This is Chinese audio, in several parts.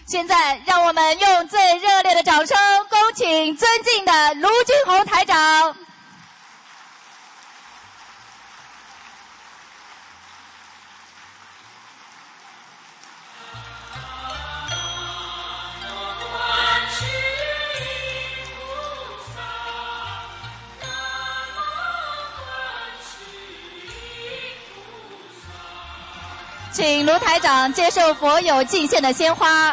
现在让我们用最热烈的掌声，恭请尊敬的卢军宏台长。请卢台长接受佛友敬献的鲜花。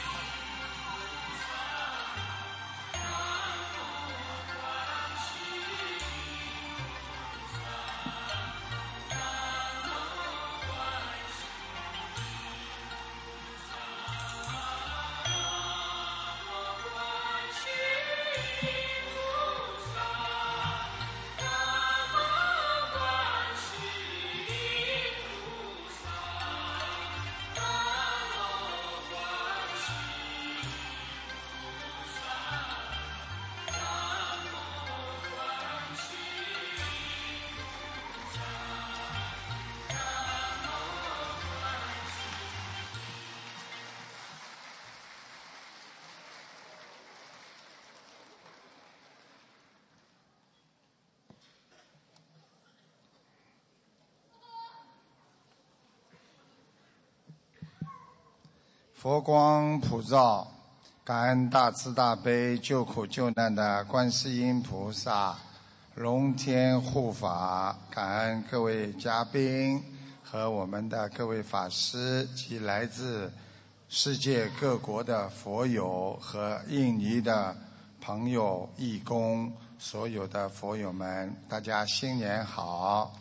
佛光普照，感恩大慈大悲救苦救难的观世音菩萨，龙天护法，感恩各位嘉宾和我们的各位法师及来自世界各国的佛友和印尼的朋友义工，所有的佛友们，大家新年好。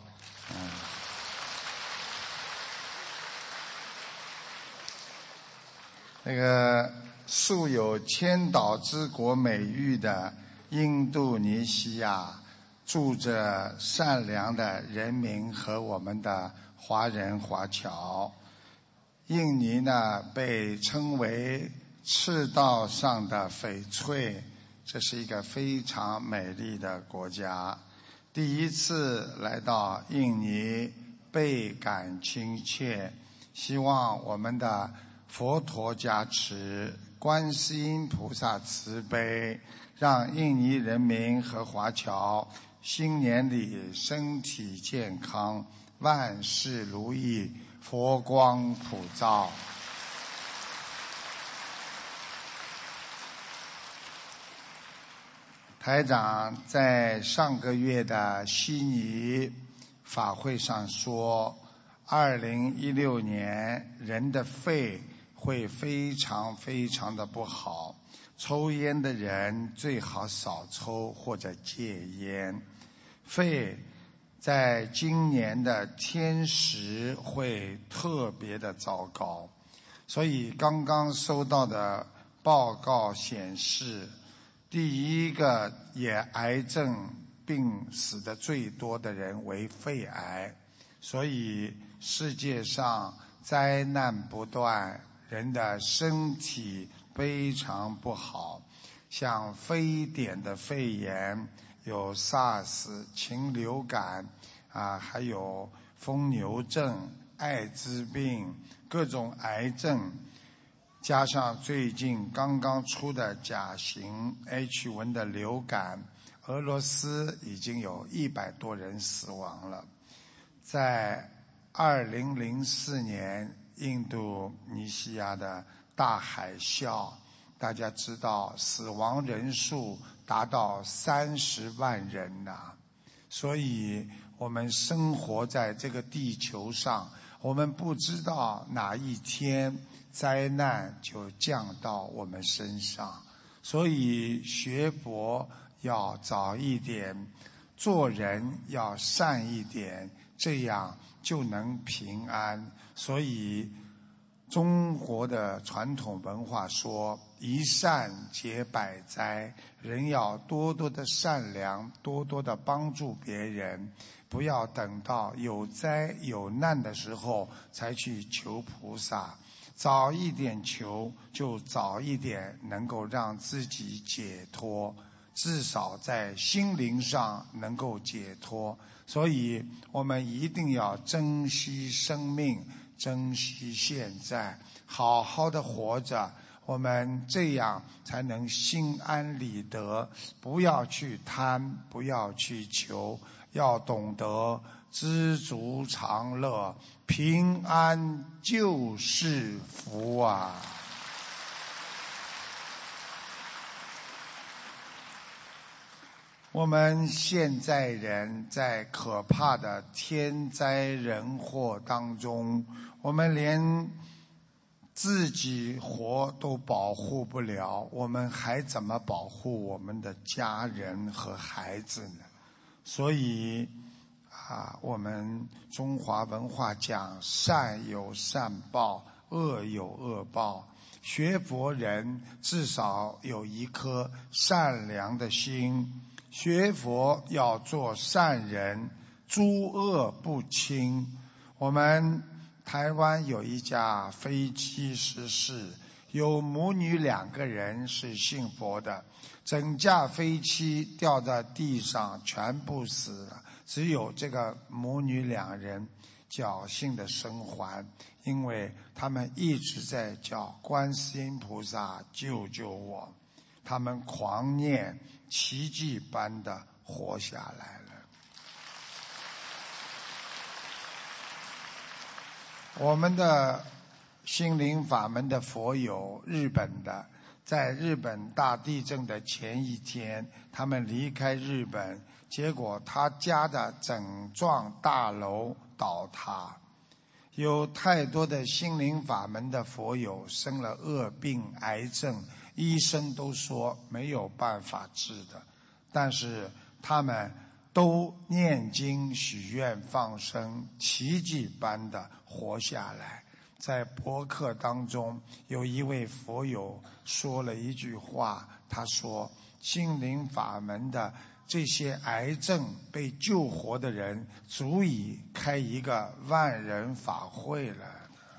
那个素有千岛之国美誉的印度尼西亚，住着善良的人民和我们的华人华侨。印尼呢，被称为赤道上的翡翠，这是一个非常美丽的国家。第一次来到印尼，倍感亲切，希望我们的佛陀加持，观世音菩萨慈悲，让印尼人民和华侨新年里身体健康，万事如意，佛光普照。台长在上个月的悉尼法会上说，2016年人的肺会非常非常的不好，抽烟的人最好少抽或者戒烟。肺在今年的天时会特别的糟糕，所以刚刚收到的报告显示，第一个也癌症病死的最多的人为肺癌，所以世界上灾难不断，人的身体非常不好，像非典的肺炎，有 SARS 禽流感还有疯牛症、艾滋病，各种癌症，加上最近刚刚出的甲型 H1的流感，俄罗斯已经有100多人死亡了。在2004年印度尼西亚的大海啸，大家知道死亡人数达到30万人呐。所以我们生活在这个地球上，我们不知道哪一天灾难就降到我们身上，所以学佛要早一点，做人要善一点，这样就能平安。所以中国的传统文化说，一善解百灾，人要多多的善良，多多的帮助别人，不要等到有灾有难的时候才去求菩萨，早一点求，就早一点能够让自己解脱，至少在心灵上能够解脱。所以我们一定要珍惜生命，珍惜现在，好好的活着。 我们这样才能心安理得，不要去贪，不要去求，要懂得知足常乐，平安就是福啊！我们现在人在可怕的天灾人祸当中，我们连自己活都保护不了，我们还怎么保护我们的家人和孩子呢？所以我们中华文化讲善有善报，恶有恶报。学佛人至少有一颗善良的心，学佛要做善人，诸恶不侵。我们台湾有一架飞机失事，有母女2个人是信佛的，整架飞机掉在地上，全部死了，只有这个母女2人侥幸的生还，因为他们一直在叫观世音菩萨救救我，他们狂念，奇迹般的活下来了。我们的心灵法门的佛友，日本的，在日本大地震的前一天，他们离开日本，结果他家的整幢大楼倒塌。有太多的心灵法门的佛友生了恶病癌症，医生都说没有办法治的，但是他们都念经许愿放生，奇迹般的活下来。在博客当中，有一位佛友说了一句话，他说心灵法门的这些癌症被救活的人，足以开一个万人法会了。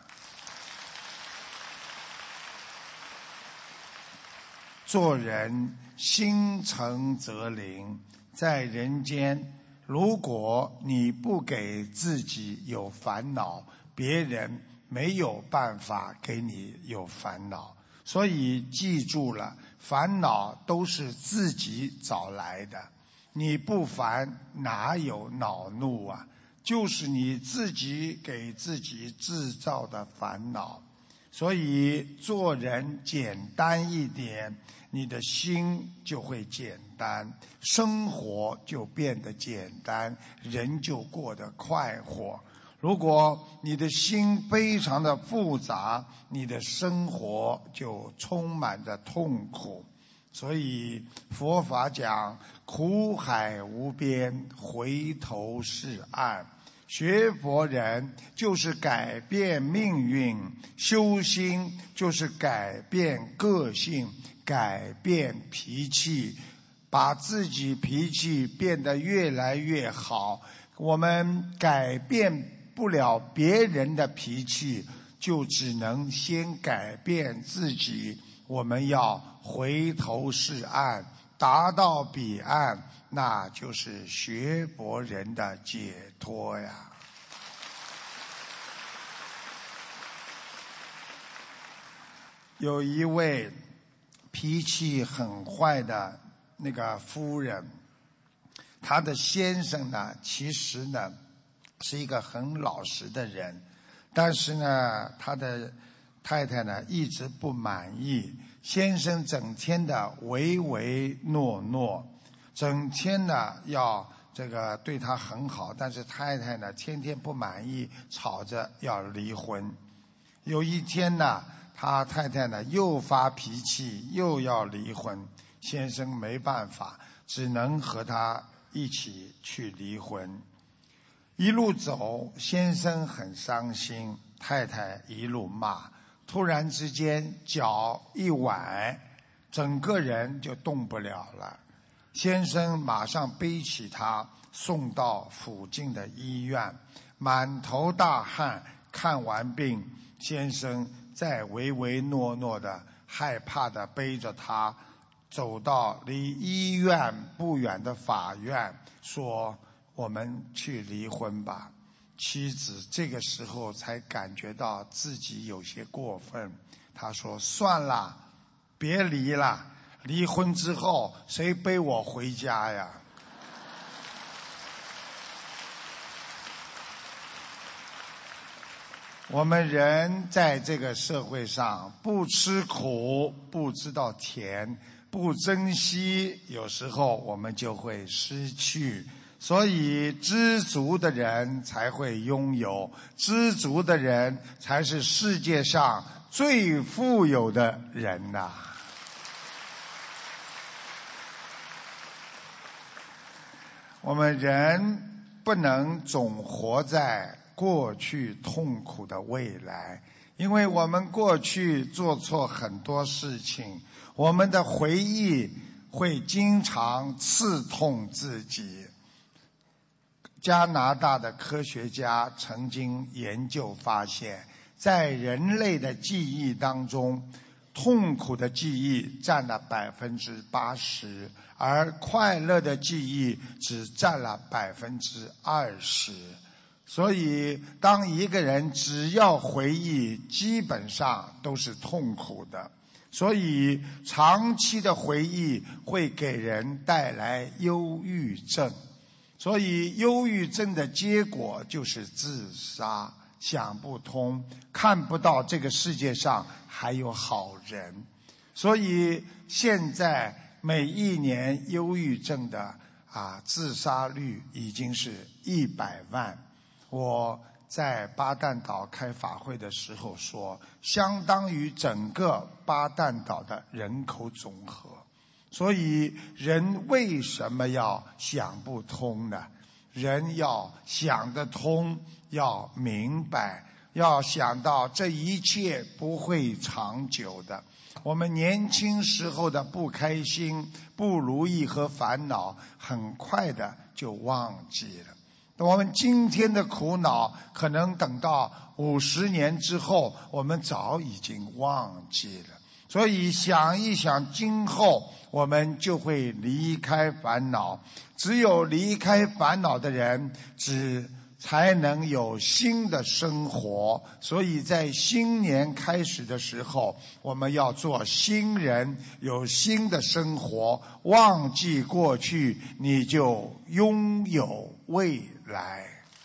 做人心诚则灵，在人间，如果你不给自己有烦恼，别人没有办法给你有烦恼。所以记住了，烦恼都是自己找来的，你不烦哪有恼怒啊？就是你自己给自己制造的烦恼。所以做人简单一点，你的心就会简单，生活就变得简单，人就过得快活。如果你的心非常的复杂，你的生活就充满着痛苦。所以佛法讲苦海无边，回头是岸。学佛人就是改变命运，修心就是改变个性，改变脾气，把自己脾气变得越来越好。我们改变不了别人的脾气，就只能先改变自己。我们要回头是岸，达到彼岸，那就是学佛人的解脱呀。有一位脾气很坏的那个夫人，她的先生呢，其实呢是一个很老实的人，但是呢他的太太呢一直不满意，先生整天的唯唯诺诺，整天呢要这个对他很好，但是太太呢天天不满意，吵着要离婚。有一天呢，他太太呢又发脾气，又要离婚，先生没办法，只能和他一起去离婚。一路走，先生很伤心，太太一路骂，突然之间脚一崴，整个人就动不了了。先生马上背起他送到附近的医院，满头大汗，看完病，先生再唯唯诺诺的害怕的背着他走到离医院不远的法院，说我们去离婚吧。妻子这个时候才感觉到自己有些过分，她说算了， 别离了，离婚之后谁背我回家呀？我们人在这个社会上不吃苦，不知道甜，不珍惜，有时候我们就会失去。所以知足的人才会拥有，知足的人才是世界上最富有的人呐。我们人不能总活在过去痛苦的未来，因为我们过去做错很多事情，我们的回忆会经常刺痛自己。加拿大的科学家曾经研究发现，在人类的记忆当中，痛苦的记忆占了80%，而快乐的记忆只占了20%。所以当一个人只要回忆，基本上都是痛苦的。所以长期的回忆会给人带来忧郁症。所以忧郁症的结果就是自杀，想不通，看不到这个世界上还有好人。所以现在每一年忧郁症的自杀率已经是100万。我在巴旦岛开法会的时候说，相当于整个巴旦岛的人口总和。所以人为什么要想不通呢？人要想得通，要明白，要想到这一切不会长久的。我们年轻时候的不开心、不如意和烦恼，很快的就忘记了。我们今天的苦恼，可能等到50年之后，我们早已经忘记了。所以想一想今后，我们就会离开烦恼。只有离开烦恼的人，才能有新的生活。所以在新年开始的时候，我们要做新人，有新的生活。忘记过去，你就拥有未来。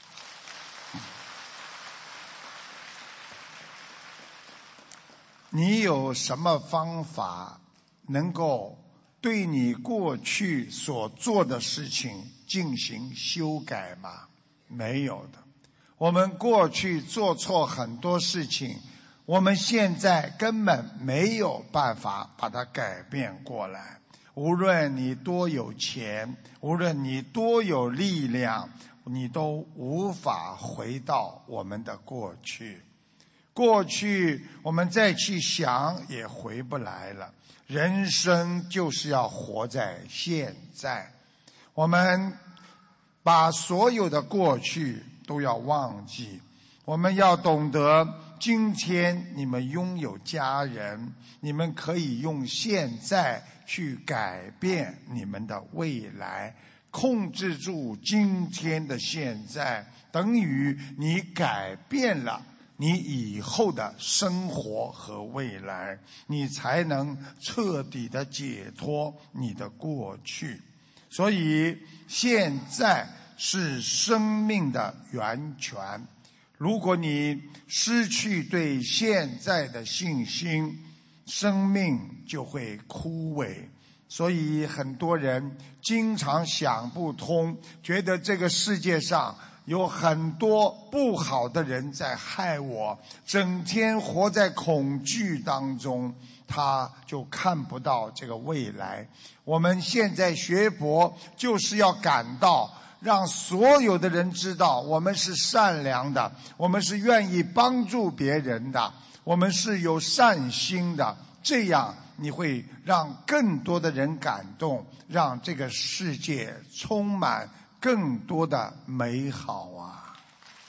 你有什么方法能够对你过去所做的事情进行修改吗？没有的。我们过去做错很多事情，我们现在根本没有办法把它改变过来。无论你多有钱，无论你多有力量，你都无法回到我们的过去。过去我们再去想也回不来了。人生就是要活在现在。我们把所有的过去都要忘记。我们要懂得，今天你们拥有家人，你们可以用现在去改变你们的未来。控制住今天的现在，等于你改变了你以后的生活和未来，你才能彻底的解脱你的过去。所以现在是生命的源泉。如果你失去对现在的信心，生命就会枯萎。所以很多人经常想不通，觉得这个世界上有很多不好的人在害我，整天活在恐惧当中，他就看不到这个未来。我们现在学佛就是要感到，让所有的人知道我们是善良的，我们是愿意帮助别人的，我们是有善心的。这样你会让更多的人感动，让这个世界充满更多的美好啊！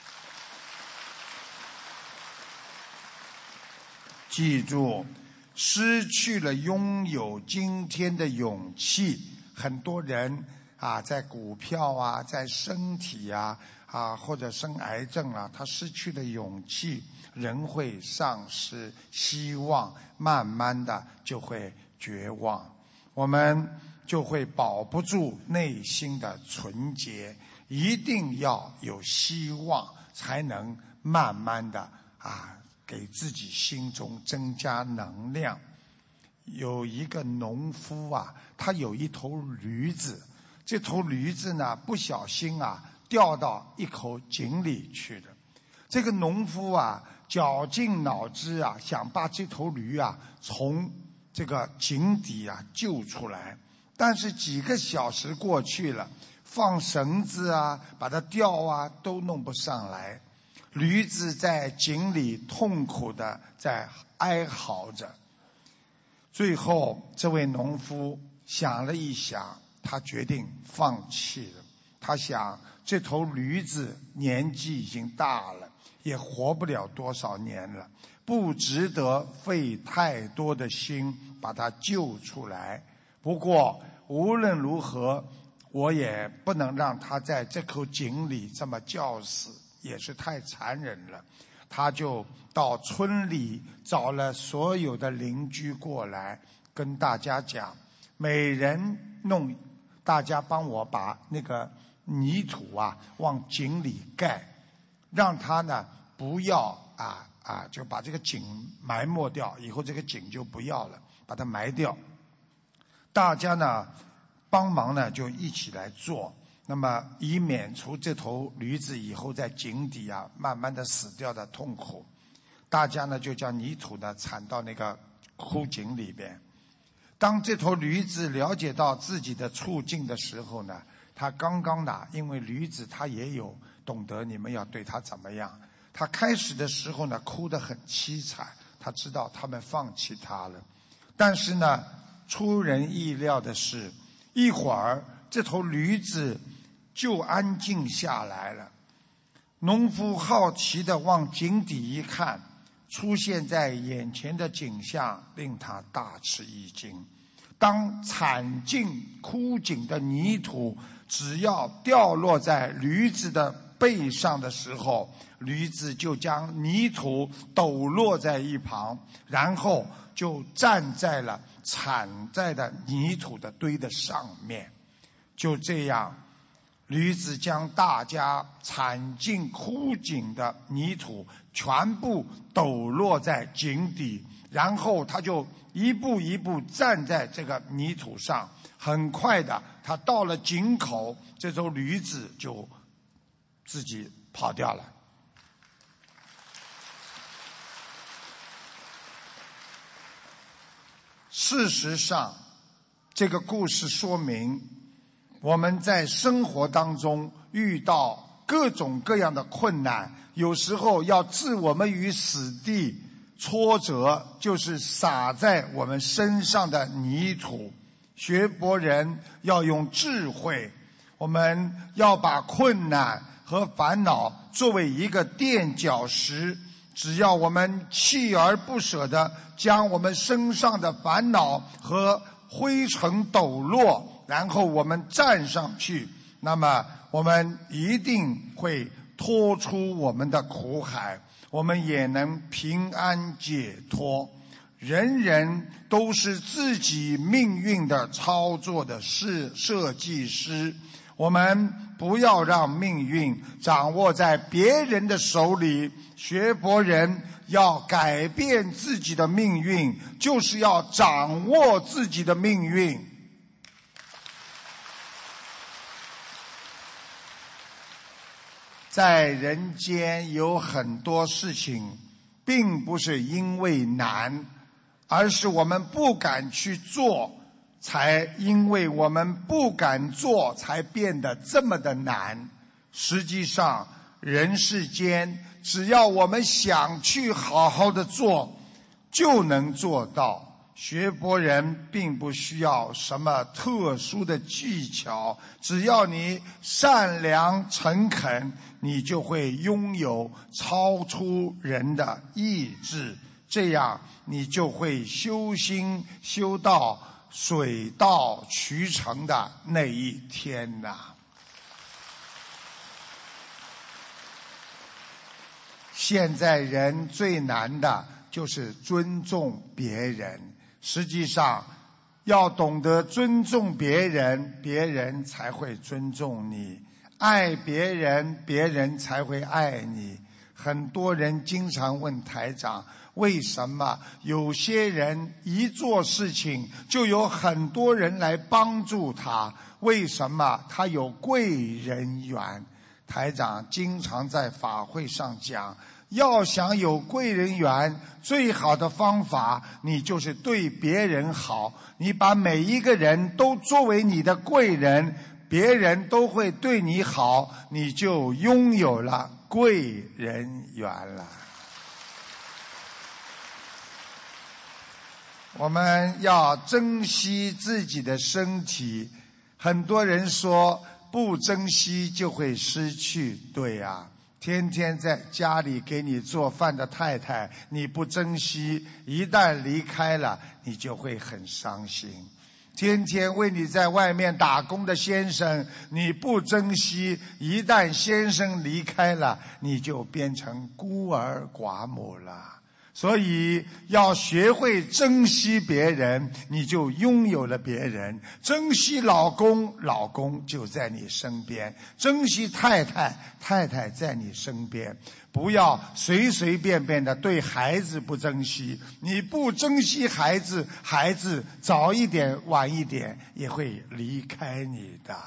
记住，失去了拥有今天的勇气，很多人在股票啊，在身体啊，或者生癌症啊，他失去了勇气，人会丧失希望，慢慢的就会绝望，我们就会保不住内心的纯洁，一定要有希望，才能慢慢的给自己心中增加能量。有一个农夫他有一头驴子，这头驴子呢不小心掉到一口井里去了。这个农夫绞尽脑汁想把这头驴从这个井底救出来，但是几个小时过去了，放绳子把它吊都弄不上来，驴子在井里痛苦的在哀嚎着。最后这位农夫想了一想，他决定放弃了。他想这头驴子年纪已经大了，也活不了多少年了，不值得费太多的心把它救出来。不过无论如何，我也不能让他在这口井里这么吊死，也是太残忍了。他就到村里找了所有的邻居过来，跟大家讲，每人大家帮我把那个泥土往井里盖，让他呢不要就把这个井埋没掉，以后这个井就不要了，把它埋掉。大家呢帮忙呢就一起来做，那么以免除这头驴子以后在井底慢慢的死掉的痛苦。大家呢就将泥土呢铲到那个枯井里边。当这头驴子了解到自己的处境的时候呢，他刚刚因为驴子他也有懂得你们要对他怎么样，他开始的时候呢哭得很凄惨，他知道他们放弃他了。但是呢出人意料的是，一会儿这头驴子就安静下来了。农夫好奇地往井底一看，出现在眼前的景象令他大吃一惊。当铲进枯井的泥土只要掉落在驴子的背上的时候，驴子就将泥土抖落在一旁，然后就站在了铲在的泥土的堆的上面。就这样，驴子将大家铲进枯井的泥土全部抖落在井底，然后他就一步一步站在这个泥土上。很快的，他到了井口，这头驴子就自己跑掉了。事实上，这个故事说明，我们在生活当中遇到各种各样的困难，有时候要置我们于死地，挫折就是撒在我们身上的泥土。学佛人要用智慧，我们要把困难和烦恼作为一个垫脚石，只要我们锲而不舍地将我们身上的烦恼和灰尘抖落，然后我们站上去，那么我们一定会脱出我们的苦海，我们也能平安解脱。人人都是自己命运的操作的设计师，我们不要让命运掌握在别人的手里。学佛人要改变自己的命运，就是要掌握自己的命运。在人间有很多事情并不是因为难，而是我们不敢去做，才因为我们不敢做才变得这么的难。实际上人世间只要我们想去好好的做，就能做到。学佛人并不需要什么特殊的技巧，只要你善良诚恳，你就会拥有超出人的意志，这样你就会修心修道， 水到渠成的那一天呐。现在人最难的就是尊重别人，实际上要懂得尊重别人，别人才会尊重你；爱别人，别人才会爱你。很多人经常问台长，为什么有些人一做事情就有很多人来帮助他？为什么他有贵人缘？台长经常在法会上讲，要想有贵人缘，最好的方法你就是对别人好，你把每一个人都作为你的贵人，别人都会对你好，你就拥有了贵人缘了。我们要珍惜自己的身体，很多人说不珍惜就会失去，对呀，天天在家里给你做饭的太太你不珍惜，一旦离开了你就会很伤心。天天为你在外面打工的先生你不珍惜，一旦先生离开了你就变成孤儿寡母了。所以要学会珍惜别人，你就拥有了别人。珍惜老公，老公就在你身边；珍惜太太，太太在你身边。不要随随便便的对孩子不珍惜，你不珍惜孩子，孩子早一点晚一点也会离开你的。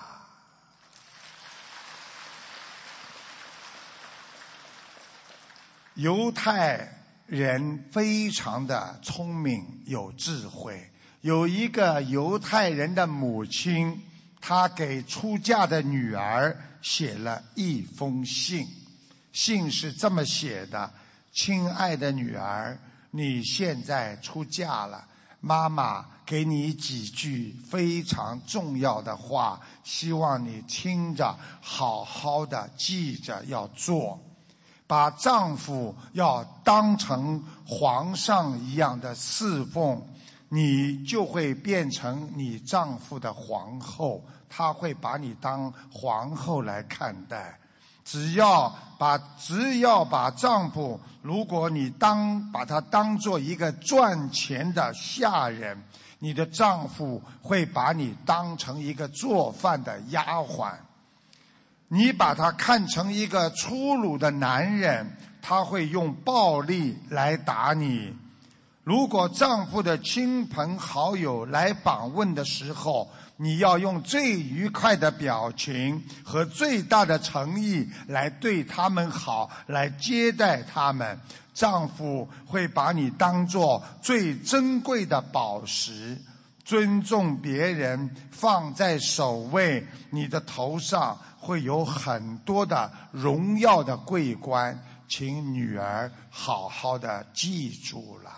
犹太人非常的聪明有智慧，有一个犹太人的母亲，她给出嫁的女儿写了一封信，信是这么写的：亲爱的女儿，你现在出嫁了，妈妈给你几句非常重要的话，希望你听着好好的记着要做。把丈夫要当成皇上一样的侍奉，你就会变成你丈夫的皇后，他会把你当皇后来看待。只要把丈夫，如果你把他当做一个赚钱的下人，你的丈夫会把你当成一个做饭的丫鬟。你把他看成一个粗鲁的男人，他会用暴力来打你。如果丈夫的亲朋好友来访问的时候，你要用最愉快的表情和最大的诚意来对他们好，来接待他们。丈夫会把你当作最珍贵的宝石，尊重别人放在首位，你的头上会有很多的荣耀的桂冠，请女儿好好的记住了。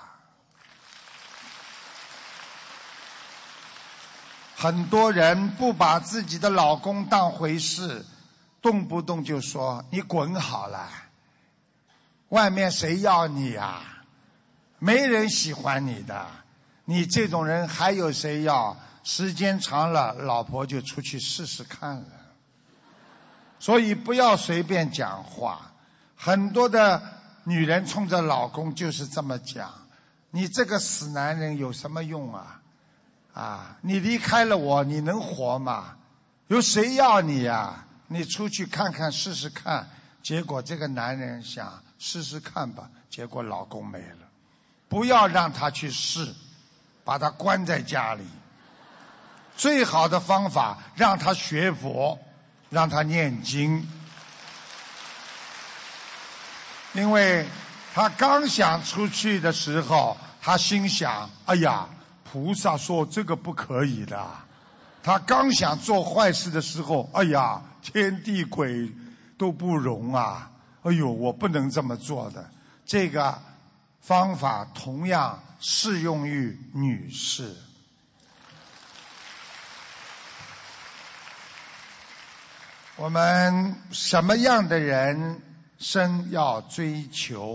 很多人不把自己的老公当回事，动不动就说你滚好了，外面谁要你啊？没人喜欢你的，你这种人还有谁要？时间长了，老婆就出去试试看了。所以不要随便讲话。很多的女人冲着老公就是这么讲，你这个死男人有什么用啊？你离开了我你能活吗？有谁要你啊？你出去看看试试看。结果这个男人想试试看吧，结果老公没了。不要让他去试，把他关在家里。最好的方法让他学佛，让他念经。因为他刚想出去的时候，他心想，哎呀，菩萨说这个不可以的。他刚想做坏事的时候，哎呀，天地鬼都不容啊，哎呦，我不能这么做的。这个方法同样适用于女士。我们什么样的人生要追求？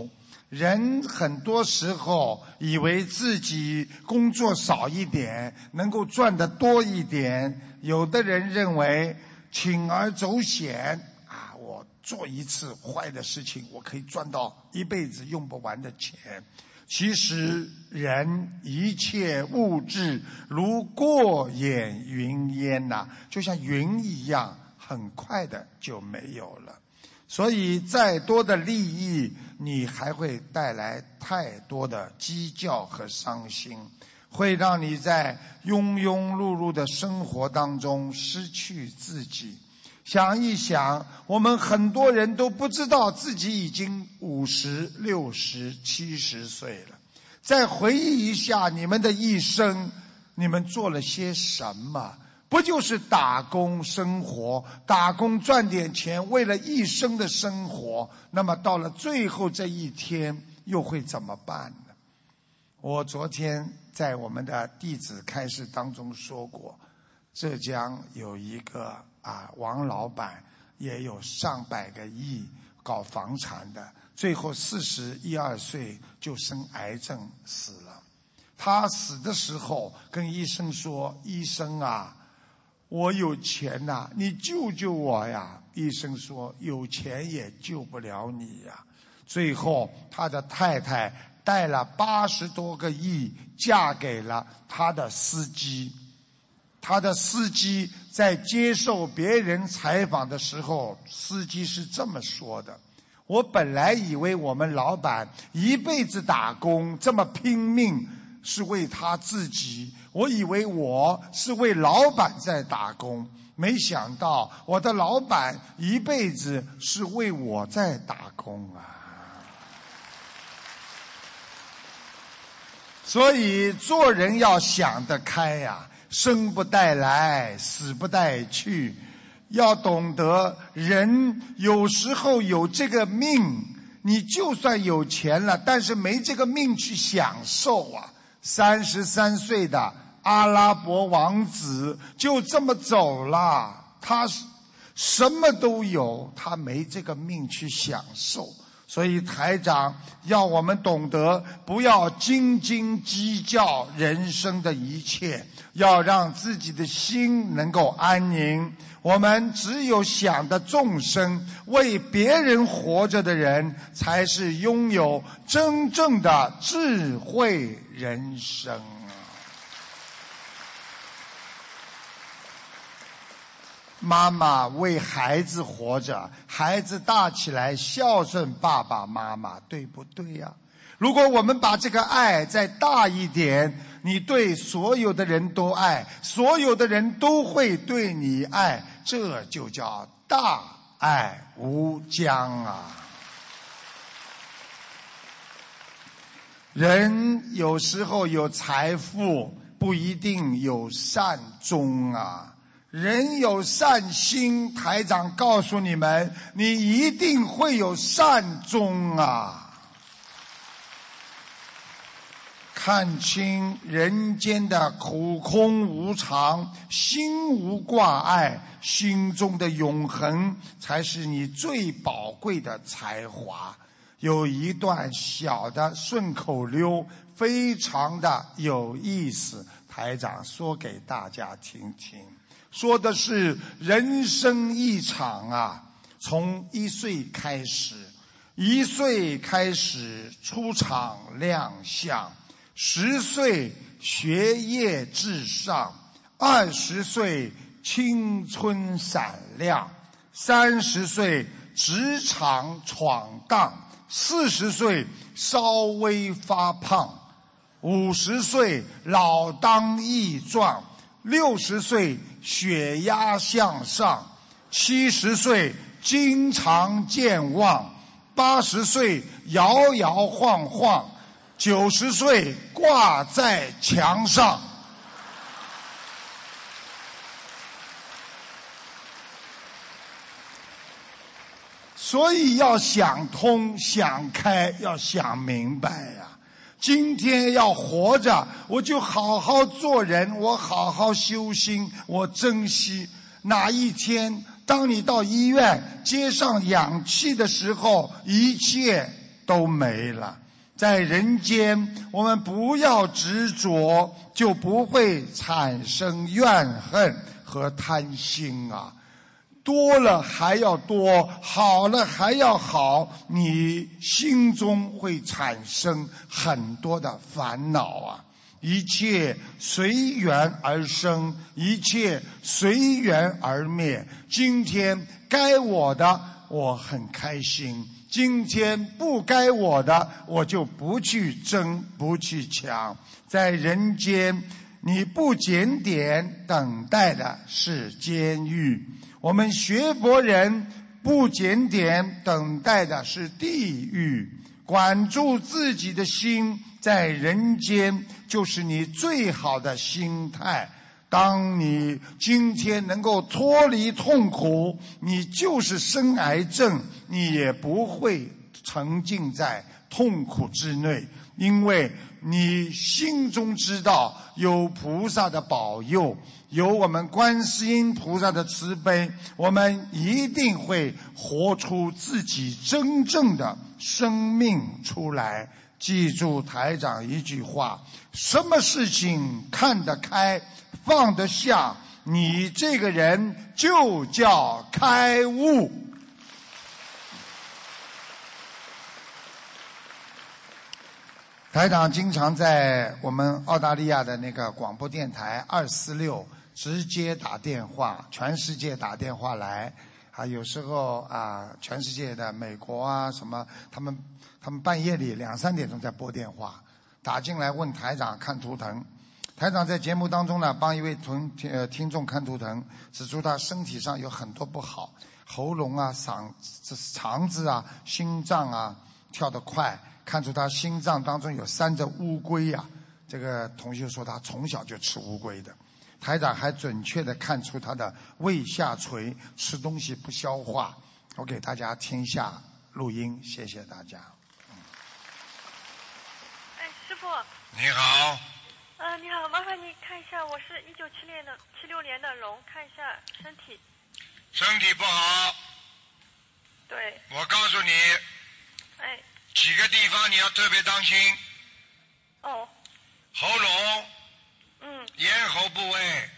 人很多时候以为自己工作少一点能够赚得多一点，有的人认为铤而走险啊，我做一次坏的事情，我可以赚到一辈子用不完的钱。其实人一切物质如过眼云烟呐，就像云一样，很快的就没有了。所以再多的利益，你还会带来太多的计较和伤心，会让你在庸庸碌碌的生活当中失去自己。想一想，我们很多人都不知道自己已经50、60、70岁了。再回忆一下你们的一生，你们做了些什么？不就是打工生活，打工赚点钱，为了一生的生活？那么到了最后这一天，又会怎么办呢？我昨天在我们的弟子开示当中说过，浙江有一个王老板，也有上百个亿搞房产的，最后41、2岁就生癌症死了。他死的时候跟医生说：“医生啊，我有钱呐，你救救我呀！”医生说：“有钱也救不了你呀。”最后他的太太带了80多个亿嫁给了他的司机。他的司机在接受别人采访的时候，司机是这么说的：“我本来以为我们老板一辈子打工这么拼命是为他自己，我以为我是为老板在打工，没想到我的老板一辈子是为我在打工啊。”所以做人要想得开呀，生不带来，死不带去，要懂得人有时候有这个命，你就算有钱了，但是没这个命去享受啊。33岁的阿拉伯王子就这么走了，他什么都有，他没这个命去享受。所以台长要我们懂得，不要斤斤计较人生的一切，要让自己的心能够安宁。我们只有想的众生，为别人活着的人，才是拥有真正的智慧人生。妈妈为孩子活着，孩子大起来孝顺爸爸妈妈，对不对呀？如果我们把这个爱再大一点，你对所有的人都爱，所有的人都会对你爱，这就叫大爱无疆啊！人有时候有财富，不一定有善终啊。人有善心，台长告诉你们，你一定会有善终啊！看清人间的苦空无常，心无挂碍，心中的永恒才是你最宝贵的才华。有一段小的顺口溜，非常的有意思，台长说给大家听听。说的是人生一场啊，从1岁开始，1岁开始出场亮相，10岁学业至上，20岁青春闪亮，30岁职场闯荡，40岁稍微发胖，50岁老当益壮，60岁血压向上，70岁经常健忘，80岁摇摇晃晃，90岁挂在墙上。所以要想通想开，要想明白呀。今天要活着，我就好好做人，我好好修心，我珍惜。哪一天当你到医院接上氧气的时候，一切都没了。 在人间，我们不要执着，就不会产生怨恨和贪心啊。多了还要多，好了还要好，你心中会产生很多的烦恼啊。一切随缘而生，一切随缘而灭。今天该我的我很开心，今天不该我的我就不去争，不去抢。在人间你不检点，等待的是监狱。我们学佛人不检点，等待的是地狱。管住自己的心，在人间就是你最好的心态。当你今天能够脱离痛苦，你就是生癌症，你也不会沉浸在痛苦之内，因为你心中知道有菩萨的保佑，有我们观世音菩萨的慈悲，我们一定会活出自己真正的生命出来。记住台长一句话，什么事情看得开放得下，你这个人就叫开悟。台长经常在我们澳大利亚的那个广播电台246直接打电话，全世界打电话来啊，有时候啊，全世界的美国啊什么，他们半夜里2、3点钟在拨电话打进来问台长看图腾。台长在节目当中呢，帮一位听众看图腾，指出他身体上有很多不好，喉咙啊、肠子啊、心脏啊跳得快，看出他心脏当中有3只乌龟啊。这个同学说他从小就吃乌龟的。台长还准确地看出他的胃下垂，吃东西不消化。我给大家听一下录音，谢谢大家。 哎，师傅。 你好。 你好，麻烦你看一下，我是76年的龙，看一下身体。 身体不好。 对。 我告诉你。 哎。 几个地方你要特别当心。 哦。 喉咙。咽喉部位。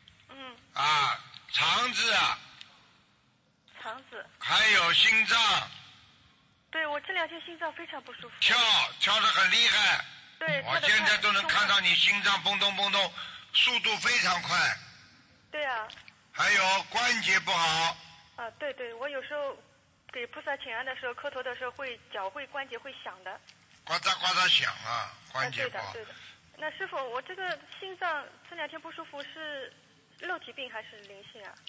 肠子。 肠子。 还有心脏。 对，我这2天心脏非常不舒服。 跳得很厉害。 对。 我现在都能看到你心脏蹦动蹦动，速度非常快。 对啊。 还有关节不好。 对，我有时候给菩萨请安的时候，磕头的时候脚会关节会响的。 呱嗒呱嗒响啊，关节不好。 对的。那师傅，我这个心脏这2天不舒服是肉体病还是灵性啊？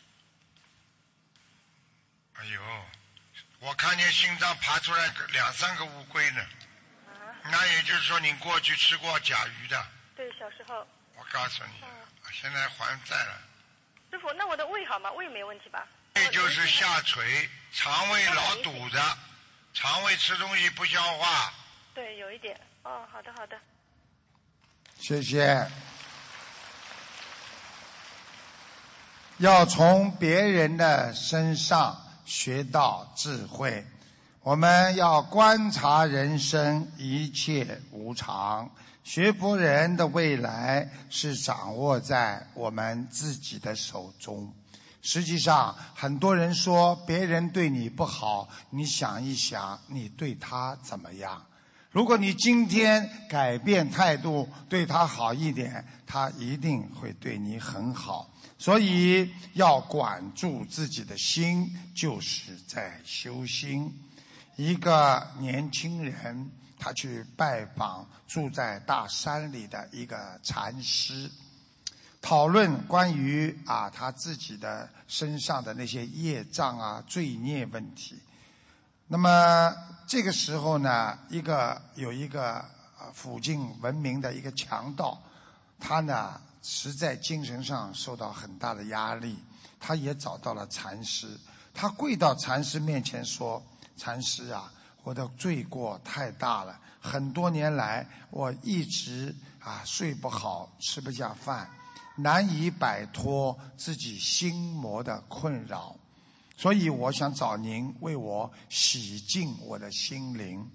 哎呦，我看见心脏爬出来2、3个乌龟呢。那也就是说你过去吃过甲鱼的。对， 小时候。 我告诉你，现在还债了。 师傅，那我的胃好吗？胃没问题吧？ 胃就是下垂，肠胃老堵着，肠胃吃东西不消化。 对，有一点。好的。 谢谢。要从别人的身上学到智慧，我们要观察人生，一切无常。学佛人的未来是掌握在我们自己的手中。实际上，很多人说别人对你不好，你想一想，你对他怎么样？如果你今天改变态度，对他好一点，他一定会对你很好。所以要管住自己的心，就是在修心。一个年轻人，他去拜访住在大山里的一个禅师，讨论关于他自己的身上的那些业障啊、罪孽问题。那么这个时候呢，有一个附近闻名的一个强盗，他呢实在精神上受到很大的压力，他也找到了禅师，他跪到禅师面前说：禅师啊，我的罪过太大了，很多年来我一直睡不好，吃不下饭，难以摆脱自己心魔的困扰，所以我想找您为我洗净我的心灵。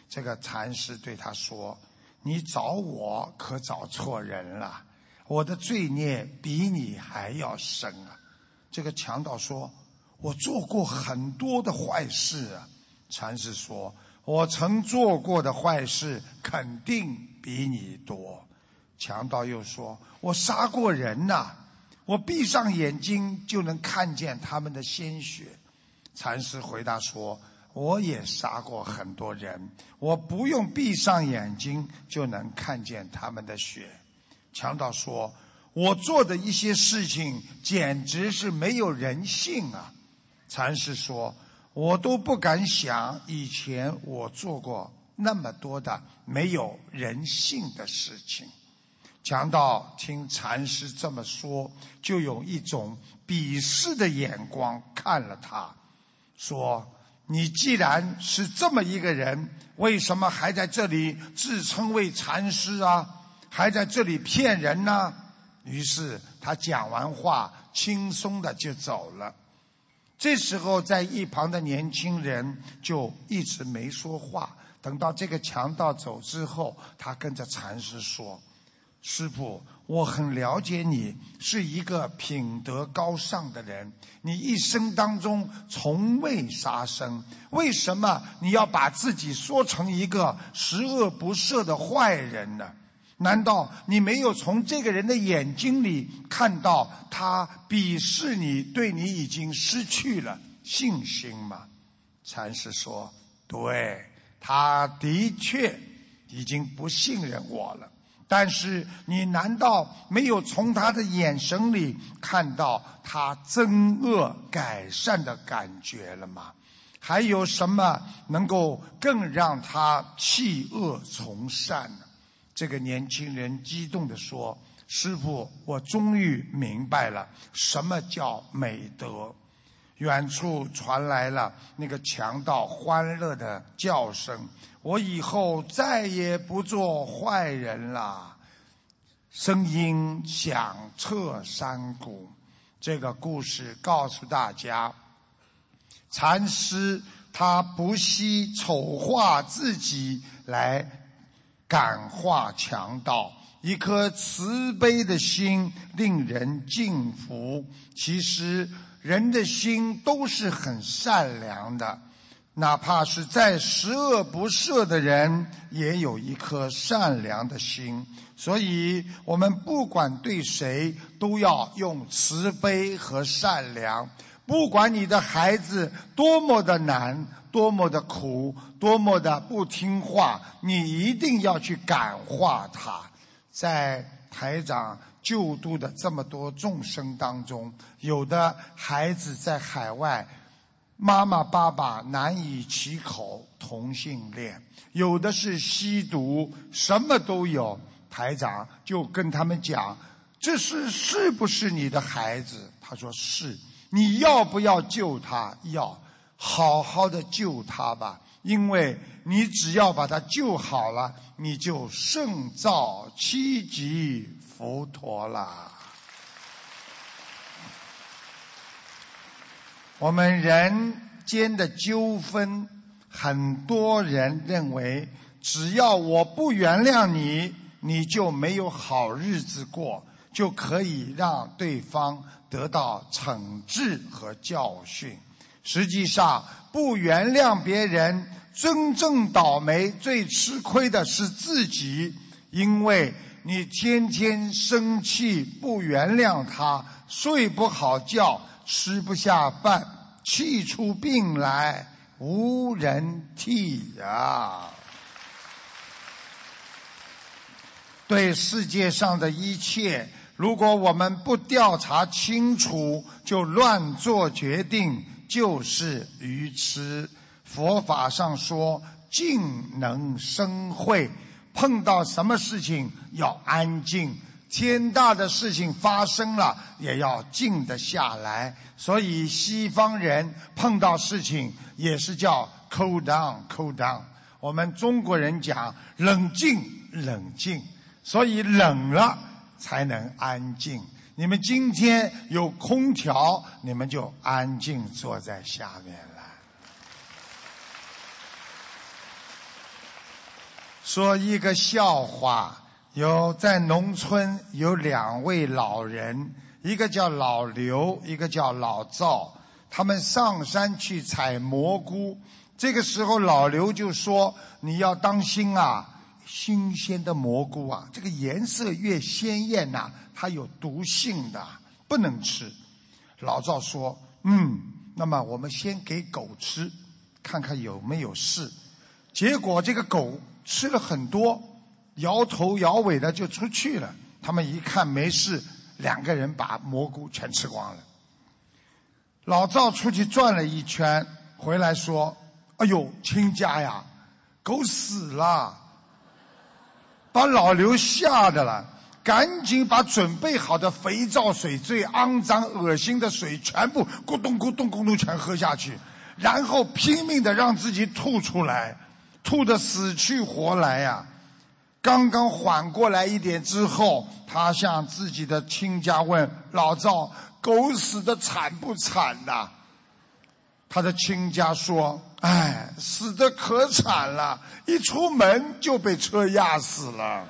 这个禅师对他说：你找我可找错人了，我的罪孽比你还要深啊。这个强盗说：我做过很多的坏事啊。禅师说：我曾做过的坏事肯定比你多。强盗又说：我杀过人呐，我闭上眼睛就能看见他们的鲜血。禅师回答说：我也杀过很多人，我不用闭上眼睛就能看见他们的血。强盗说：我做的一些事情简直是没有人性啊。禅师说：我都不敢想以前我做过那么多的没有人性的事情。强盗听禅师这么说，就用一种鄙视的眼光看了他，说：你既然是这么一个人，为什么还在这里自称为禅师啊？还在这里骗人呢？于是他讲完话，轻松的就走了。这时候在一旁的年轻人就一直没说话，等到这个强盗走之后，他跟着禅师说：师父，我很了解你是一个品德高尚的人，你一生当中从未杀生，为什么你要把自己说成一个十恶不赦的坏人呢？难道你没有从这个人的眼睛里看到他鄙视你，对你已经失去了信心吗？禅师说：对，他的确已经不信任我了，但是你难道没有从他的眼神里看到他增恶改善的感觉了吗？还有什么能够更让他弃恶从善呢？这个年轻人激动地说：师父，我终于明白了什么叫美德。远处传来了那个强盗欢乐的叫声：我以后再也不做坏人了。声音响彻山谷。这个故事告诉大家，禅师他不惜丑化自己来感化强盗，一颗慈悲的心令人敬服。其实人的心都是很善良的，哪怕是再十恶不赦的人也有一颗善良的心。所以我们不管对谁都要用慈悲和善良，不管你的孩子多么的难，多么的苦，多么的不听话，你一定要去感化他。在台长救度的这么多众生当中，有的孩子在海外，妈妈爸爸难以启口同性恋，有的是吸毒，什么都有。台长就跟他们讲，这是不是你的孩子？他说是。你要不要救他？要，好好的救他吧，因为你只要把他救好了，你就胜造七级佛陀了。我们人间的纠纷，很多人认为只要我不原谅你，你就没有好日子过，就可以让对方得到惩治和教训。实际上不原谅别人，真正倒霉最吃亏的是自己，因为你天天生气不原谅他，睡不好觉，吃不下饭，气出病来无人替呀。对世界上的一切，如果我们不调查清楚就乱做决定，就是愚痴。佛法上说静能生慧，碰到什么事情要安静，天大的事情发生了也要静得下来。所以西方人碰到事情也是叫 cool down cool down， 我们中国人讲冷静冷静，所以冷了才能安静。你们今天有空调，你们就安静坐在下面来。 说一个笑话，在农村有2位老人，一个叫老刘，一个叫老赵，他们上山去采蘑菇。这个时候老刘就说，你要当心啊，新鲜的蘑菇啊，这个颜色越鲜艳啊，它有毒性的，不能吃。老赵说，那么我们先给狗吃，看看有没有事。结果这个狗吃了很多，摇头摇尾的就出去了。他们一看没事，2个人把蘑菇全吃光了。老赵出去转了一圈，回来说，哎呦，亲家呀，狗死了。把老刘吓得了，赶紧把准备好的肥皂水、最肮脏恶心的水全部咕咚咕咚咕咚全喝下去，然后拼命的让自己吐出来，吐得死去活来呀。刚刚缓过来一点之后，他向自己的亲家问，老赵，狗死得惨不惨呐？他的亲家说，哎，死得可惨了，一出门就被车压死了。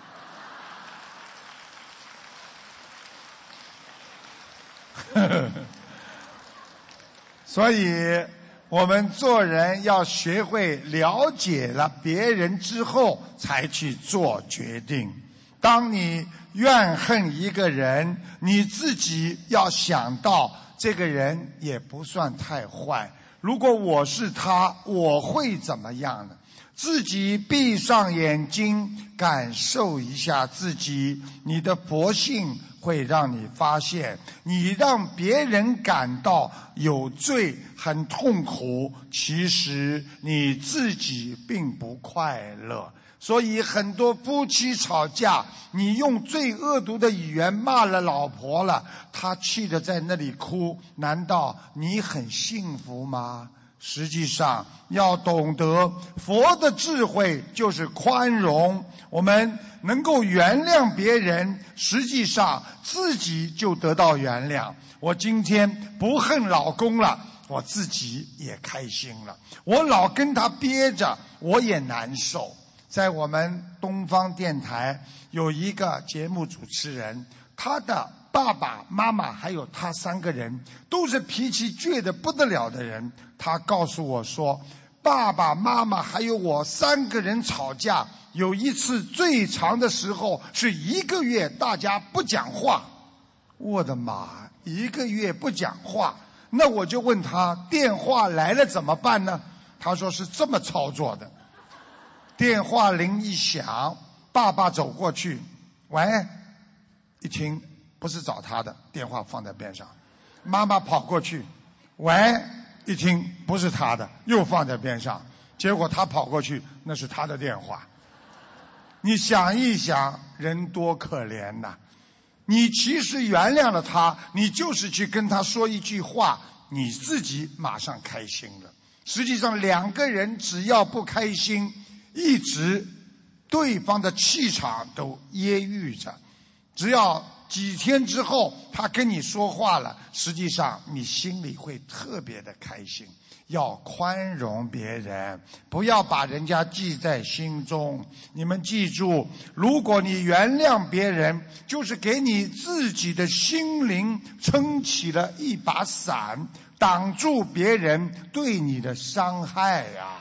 所以我们做人要学会了解了别人之后才去做决定。当你怨恨一个人，你自己要想到这个人也不算太坏，如果我是他，我会怎么样呢？自己闭上眼睛感受一下自己，你的佛性会让你发现，你让别人感到有罪很痛苦，其实你自己并不快乐。所以很多夫妻吵架，你用最恶毒的语言骂了老婆了，她气得在那里哭，难道你很幸福吗？实际上要懂得佛的智慧就是宽容，我们能够原谅别人，实际上自己就得到原谅。我今天不恨老公了，我自己也开心了。我老跟他憋着，我也难受。在我们东方电台有一个节目主持人，他的爸爸妈妈还有他3个人都是脾气倔得不得了的人。他告诉我说，爸爸妈妈还有我3个人吵架，有一次最长的时候是1个月大家不讲话。我的妈，1个月不讲话，那我就问他，电话来了怎么办呢？他说是这么操作的，电话铃一响，爸爸走过去，喂，一听不是找他的，电话放在边上。妈妈跑过去，喂，一听不是他的，又放在边上。结果他跑过去，那是他的电话。你想一想，人多可怜呐！你其实原谅了他，你就是去跟他说一句话，你自己马上开心了。实际上2个人只要不开心，一直对方的气场都揶揄着，只要几天之后他跟你说话了，实际上你心里会特别的开心。要宽容别人，不要把人家记在心中。你们记住，如果你原谅别人，就是给你自己的心灵撑起了一把伞，挡住别人对你的伤害呀。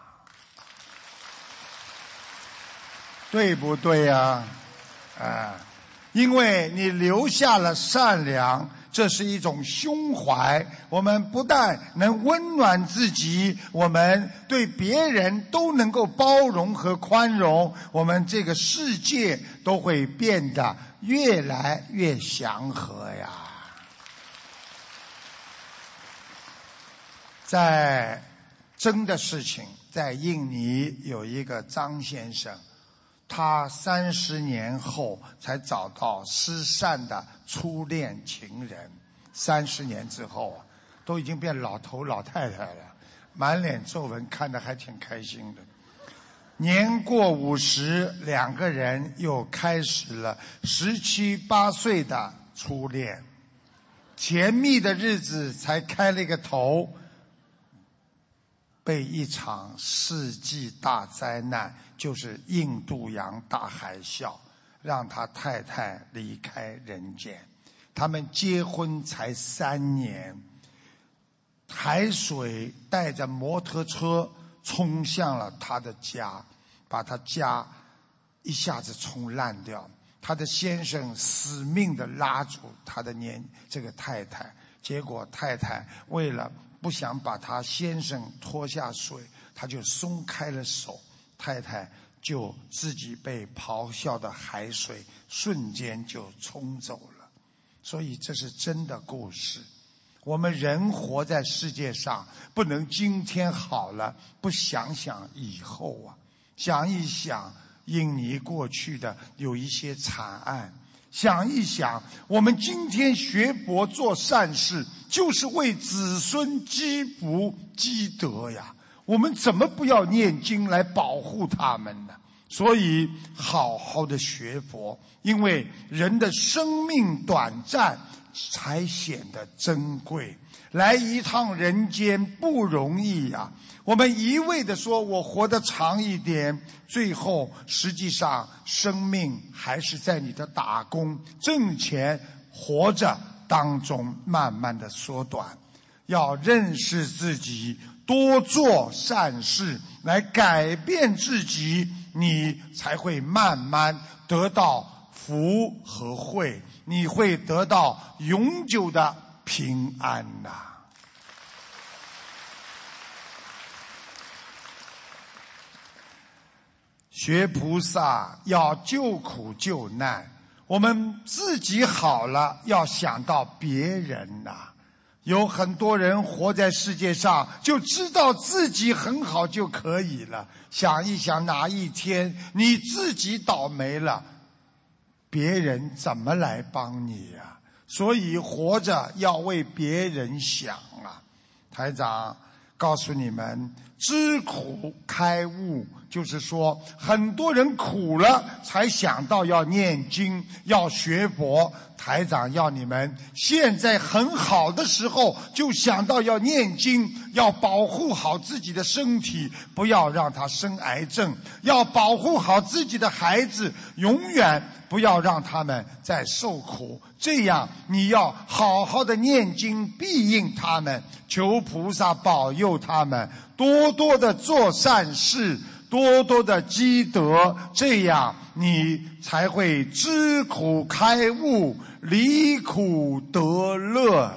对不对呀？因为你留下了善良，这是一种胸怀。我们不但能温暖自己，我们对别人都能够包容和宽容，我们这个世界都会变得越来越祥和呀。在真的事情，在印尼有一个张先生，他30年后才找到失散的初恋情人，30年之后都已经变老头老太太了，满脸皱纹，看得还挺开心的。年过50，2个人又开始了17、18岁的初恋，甜蜜的日子才开了一个头，被一场世纪大灾难就是印度洋大海啸，让他太太离开人间。他们结婚才3年，海水带着摩托车冲向了他的家，把他家一下子冲烂掉。他的先生死命地拉住他的这个太太，结果太太为了不想把他先生拖下水，他就松开了手，太太就自己被咆哮的海水瞬间就冲走了。所以这是真的故事。我们人活在世界上，不能今天好了不想想以后啊。想一想印尼过去的有一些惨案，想一想我们今天学佛做善事，就是为子孙积福积德呀。我们怎么不要念经来保护他们呢？所以好好的学佛，因为人的生命短暂才显得珍贵。来一趟人间不容易呀。我们一味地说我活得长一点，最后实际上生命还是在你的打工挣钱活着当中慢慢的缩短。要认识自己，多做善事来改变自己，你才会慢慢得到福和慧，你会得到永久的平安呐。学菩萨要救苦救难，我们自己好了要想到别人呐。有很多人活在世界上，就知道自己很好就可以了。想一想，哪一天你自己倒霉了，别人怎么来帮你呀？所以活着要为别人想啊。台长告诉你们，知苦开悟，就是说很多人苦了才想到要念经要学佛。台长要你们现在很好的时候就想到要念经，要保护好自己的身体，不要让他生癌症，要保护好自己的孩子，永远不要让他们再受苦。这样你要好好的念经庇应他们，求菩萨保佑他们，多多的做善事，多多的积德，这样你才会知苦开悟，离苦得乐。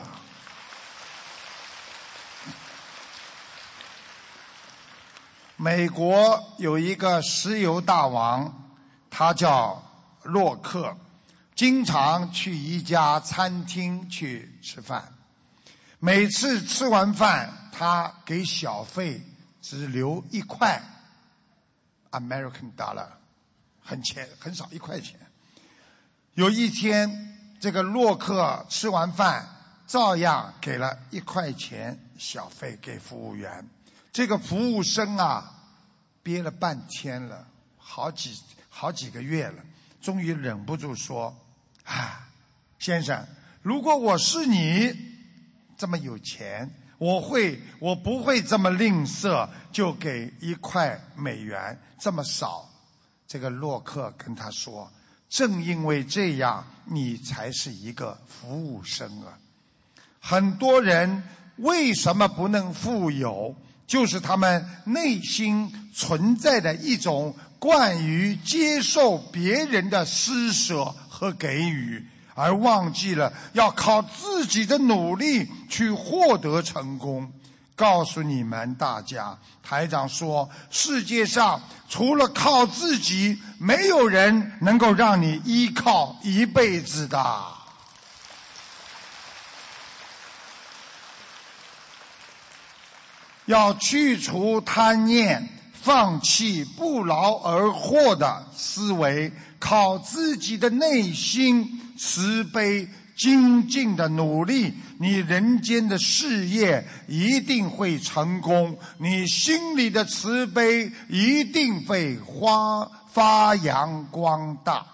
美国有一个石油大王，他叫洛克，经常去一家餐厅去吃饭。每次吃完饭，他给小费只留1块 American dollar， 很少，1块钱。有一天，这个洛克吃完饭，照样给了1块钱小费给服务员。这个服务生啊，憋了半天了，好几个月了，终于忍不住说：“先生，如果我是你这么有钱，我不会这么吝啬，就给1块美元这么少。”这个洛克跟他说：“正因为这样，你才是一个服务生啊！很多人为什么不能富有？就是他们内心存在的一种惯于接受别人的施舍和给予，而忘记了要靠自己的努力去获得成功。告诉你们大家，台长说，世界上除了靠自己，没有人能够让你依靠一辈子的。要去除贪念，放弃不劳而获的思维，靠自己的内心慈悲精进的努力，你人间的事业一定会成功，你心里的慈悲一定会发扬光大。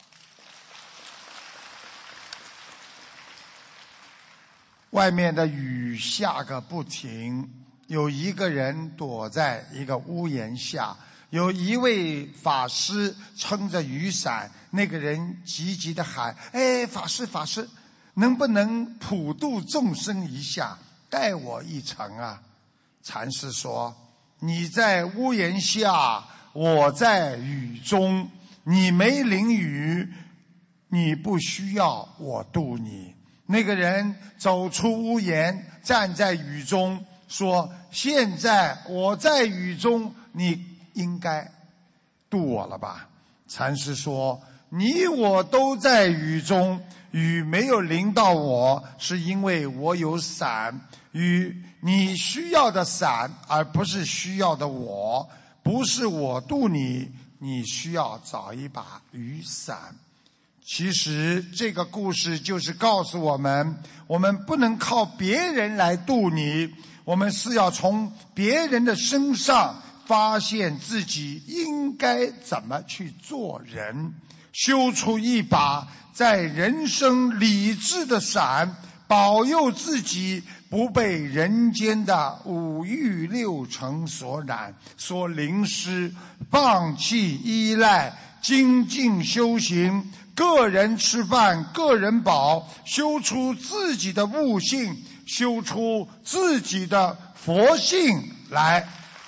外面的雨下个不停，有一个人躲在一个屋檐下， 有一位法师撑着雨伞，那个人急急地喊：哎，法师法师，能不能普度众生一下，带我一程啊？禅师说：你在屋檐下，我在雨中，你没淋雨，你不需要我渡你。那个人走出屋檐，站在雨中说：现在我在雨中，你应该渡我了吧？禅师说：你我都在雨中，雨没有淋到我，是因为我有伞。你需要的伞，而不是需要的我，不是我渡你，你需要找一把雨伞。其实这个故事就是告诉我们，我们不能靠别人来渡你，我们是要从别人的身上发现自己应该怎么去做人，修出一把在人生理智的伞，保佑自己不被人间的五欲六尘所染所淋湿，放弃依赖，精进修行，个人吃饭个人饱，修出自己的悟性，修出自己的佛性来。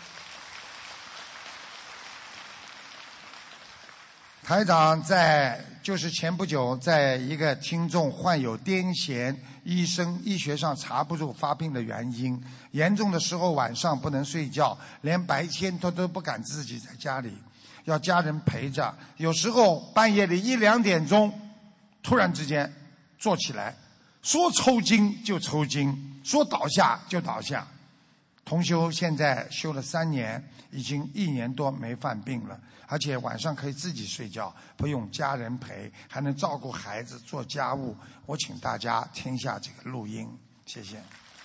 台长就是前不久在一个听众患有癫痫，医学上查不出发病的原因，严重的时候晚上不能睡觉，连白天他都不敢自己在家里，要家人陪着，有时候半夜里1、2点钟突然之间坐起来，说抽筋就抽筋，说倒下就倒下。同修现在修了3年，已经1年多没犯病了，而且晚上可以自己睡觉，不用家人陪，还能照顾孩子做家务。我请大家听下这个录音，谢谢。 哎，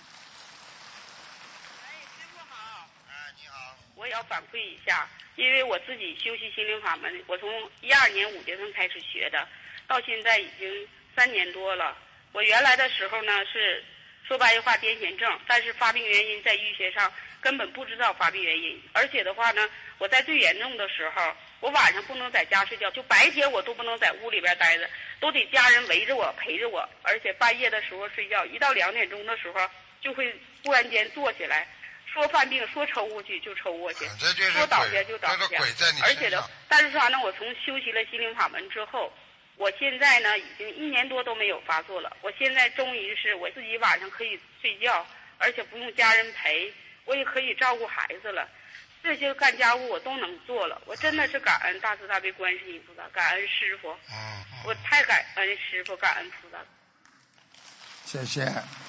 师父好。你好。我也要反馈一下，因为我自己修习心灵法门，我从12年5月份开始学的，到现在已经3年多了。我原来的时候呢是说白话癫痫症，但是发病原因在医学上根本不知道发病原因，而且的话呢，我在最严重的时候，我晚上不能在家睡觉，就白天我都不能在屋里边待着，都得家人围着我陪着我，而且半夜的时候睡觉，一到2点钟的时候就会忽然间坐起来，说犯病说抽过去就抽过去，说倒下就倒下，而且的，但是啥呢？我从修习了心灵法门之后，我现在呢已经1年多都没有发作了。我现在终于是我自己晚上可以睡觉，而且不用家人陪，我也可以照顾孩子了。这些干家务我都能做了，我真的是感恩大慈大悲观世音菩萨，感恩师父，我太感恩师父，感恩菩萨。 谢谢。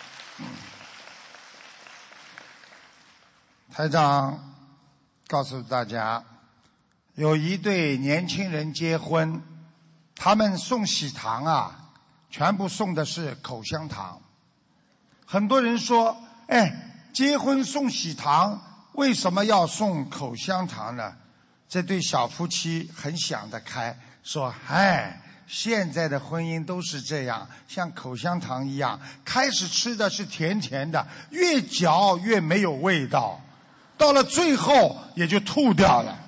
台长告诉大家，有一对年轻人结婚，他们送喜糖啊，全部送的是口香糖。很多人说，结婚送喜糖，为什么要送口香糖呢？这对小夫妻很想得开，说，现在的婚姻都是这样，像口香糖一样，开始吃的是甜甜的，越嚼越没有味道，到了最后也就吐掉了。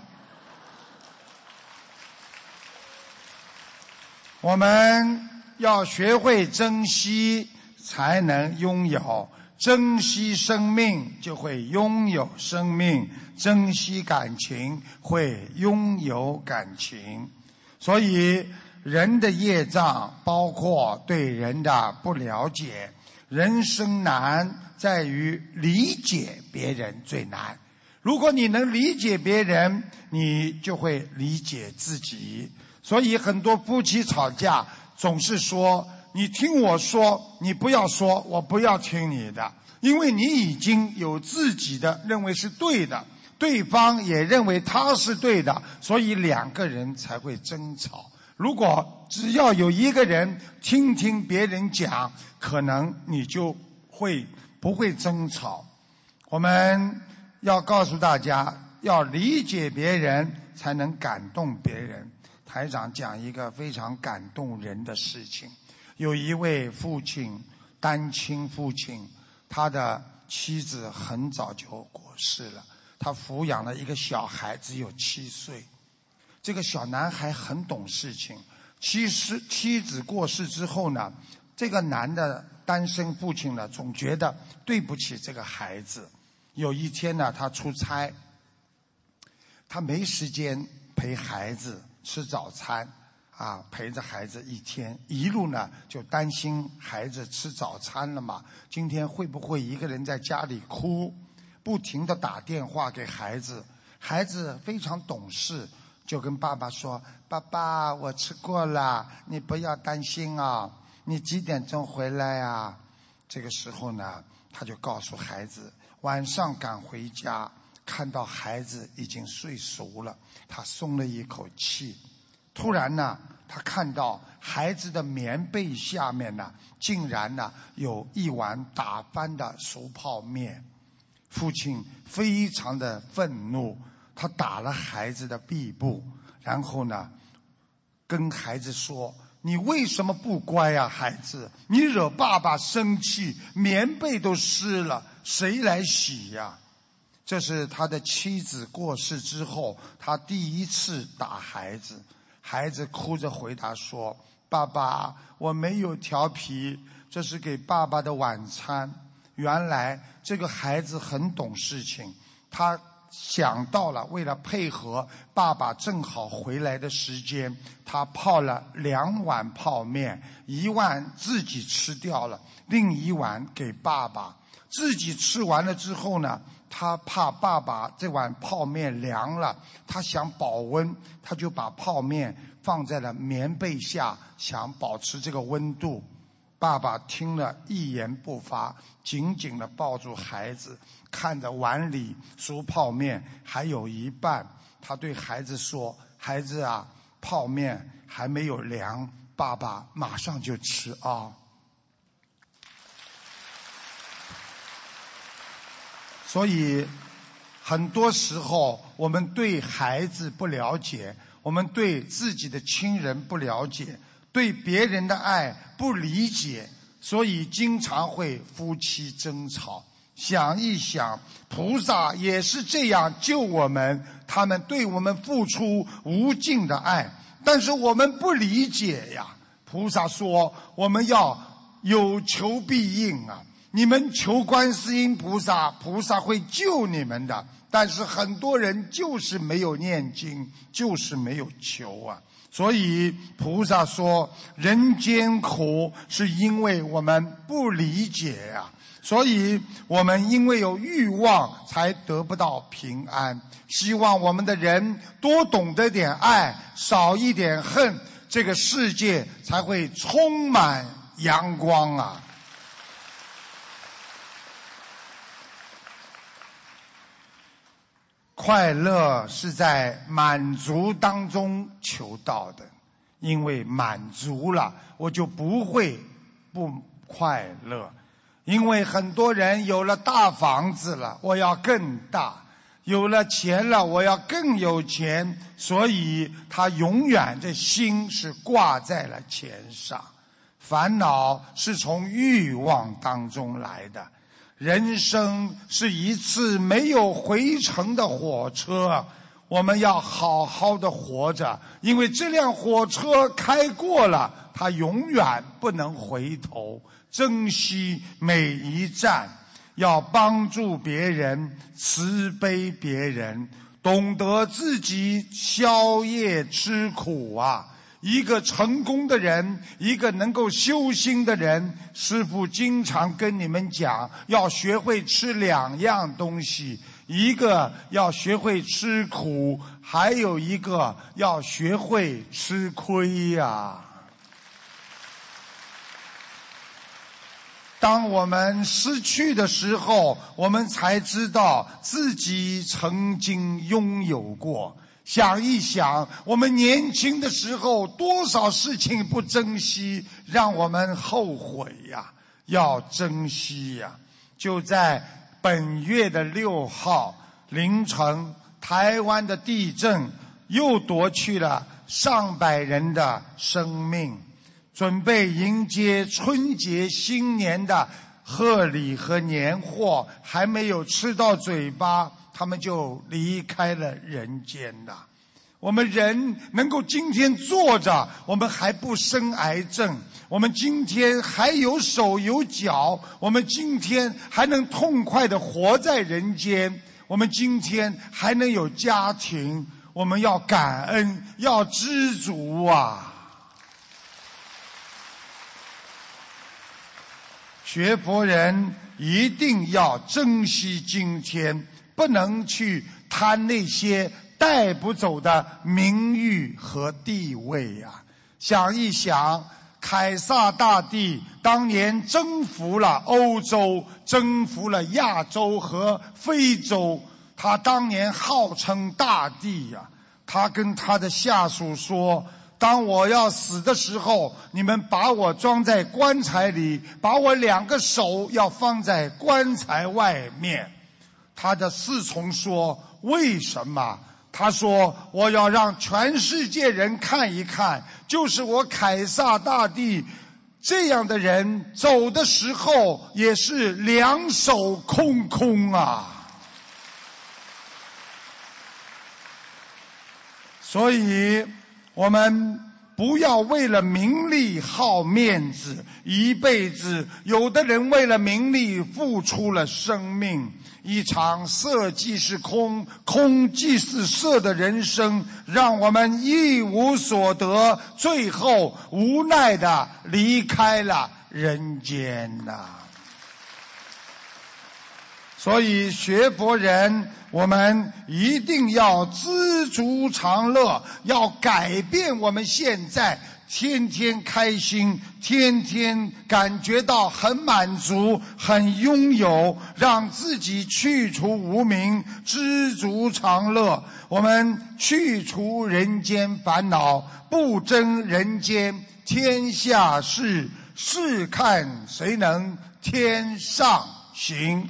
我们要学会珍惜，才能拥有。珍惜生命，就会拥有生命；珍惜感情，会拥有感情。所以，人的业障包括对人的不了解。人生难在于理解别人最难。如果你能理解别人，你就会理解自己。所以很多夫妻吵架总是说，你听我说，你不要说，我不要听你的，因为你已经有自己的认为是对的，对方也认为他是对的，所以2个人才会争吵。如果只要有一个人听听别人讲，可能你就不会争吵。我们要告诉大家，要理解别人，才能感动别人。台长讲一个非常感动人的事情，有一位父亲，单亲父亲，他的妻子很早就过世了， 他抚养了一个小孩，只有7岁。这个小男孩很懂事情。妻子过世之后呢，这个男的单身父亲呢，总觉得对不起这个孩子。有一天呢，他出差，他没时间陪孩子吃早餐陪着孩子一天，一路呢就担心孩子吃早餐了嘛，今天会不会一个人在家里哭，不停地打电话给孩子。孩子非常懂事，就跟爸爸说，爸爸，我吃过了，你不要担心啊，你几点钟回来啊？这个时候呢，他就告诉孩子，晚上赶回家，看到孩子已经睡熟了，他松了一口气。突然呢，他看到孩子的棉被下面呢，竟然呢有一碗打翻的熟泡面。父亲非常的愤怒，他打了孩子的臂部，然后呢跟孩子说，你为什么不乖啊，孩子？你惹爸爸生气，棉被都湿了，谁来洗呀？这是他的妻子过世之后，他第一次打孩子。孩子哭着回答说，爸爸，我没有调皮，这是给爸爸的晚餐。原来这个孩子很懂事情，他想到了为了配合爸爸正好回来的时间，他泡了2碗泡面，一碗自己吃掉了，另一碗给爸爸。自己吃完了之后呢，他怕爸爸这碗泡面凉了，他想保温，他就把泡面放在了棉被下，想保持这个温度。爸爸听了一言不发，紧紧地抱住孩子，看着碗里熟泡面还有一半，他对孩子说，孩子啊，泡面还没有凉，爸爸马上就吃啊。所以很多时候我们对孩子不了解，我们对自己的亲人不了解，对别人的爱不理解，所以经常会夫妻争吵。想一想，菩萨也是这样救我们，他们对我们付出无尽的爱，但是我们不理解呀。菩萨说我们要有求必应啊，你们求观世音菩萨，菩萨会救你们的。但是很多人就是没有念经，就是没有求啊。所以菩萨说，人间苦是因为我们不理解啊。所以我们因为有欲望才得不到平安。希望我们的人多懂得点爱，少一点恨，这个世界才会充满阳光啊。快乐是在满足当中求到的，因为满足了，我就不会不快乐。因为很多人有了大房子了，我要更大；有了钱了，我要更有钱。所以他永远这心是挂在了钱上。烦恼是从欲望当中来的。人生是一次没有回程的火车，我们要好好的活着，因为这辆火车开过了，它永远不能回头。珍惜每一站，要帮助别人，慈悲别人，懂得自己消业吃苦啊。一个成功的人，一个能够修心的人，师父经常跟你们讲，要学会吃2样东西，一个要学会吃苦，还有一个要学会吃亏呀。当我们失去的时候，我们才知道自己曾经拥有过。想一想，我们年轻的时候多少事情不珍惜，让我们后悔呀！要珍惜呀！就在本月的6号凌晨，台湾的地震又夺去了上百人的生命。准备迎接春节新年的贺礼和年货还没有吃到嘴巴，他们就离开了人间了。我们人能够今天坐着，我们还不生癌症，我们今天还有手有脚，我们今天还能痛快地活在人间，我们今天还能有家庭，我们要感恩，要知足啊！学佛人一定要珍惜今天，不能去贪那些带不走的名誉和地位啊！想一想，凯撒大帝当年征服了欧洲，征服了亚洲和非洲，他当年号称大帝呀，他跟他的下属说，当我要死的时候，你们把我装在棺材里，把我2个手要放在棺材外面。他的侍从说，为什么？他说，我要让全世界人看一看，就是我凯撒大帝这样的人走的时候也是2手空空啊。所以我们不要为了名利好面子，一辈子有的人为了名利付出了生命，一场色即是空，空即是色的人生，让我们一无所得，最后无奈地离开了人间呐。所以学佛人，我们一定要知足常乐，要改变我们现在天天开心，天天感觉到很满足，很拥有，让自己去除无明，知足常乐。我们去除人间烦恼，不争人间天下事，试看谁能天上行。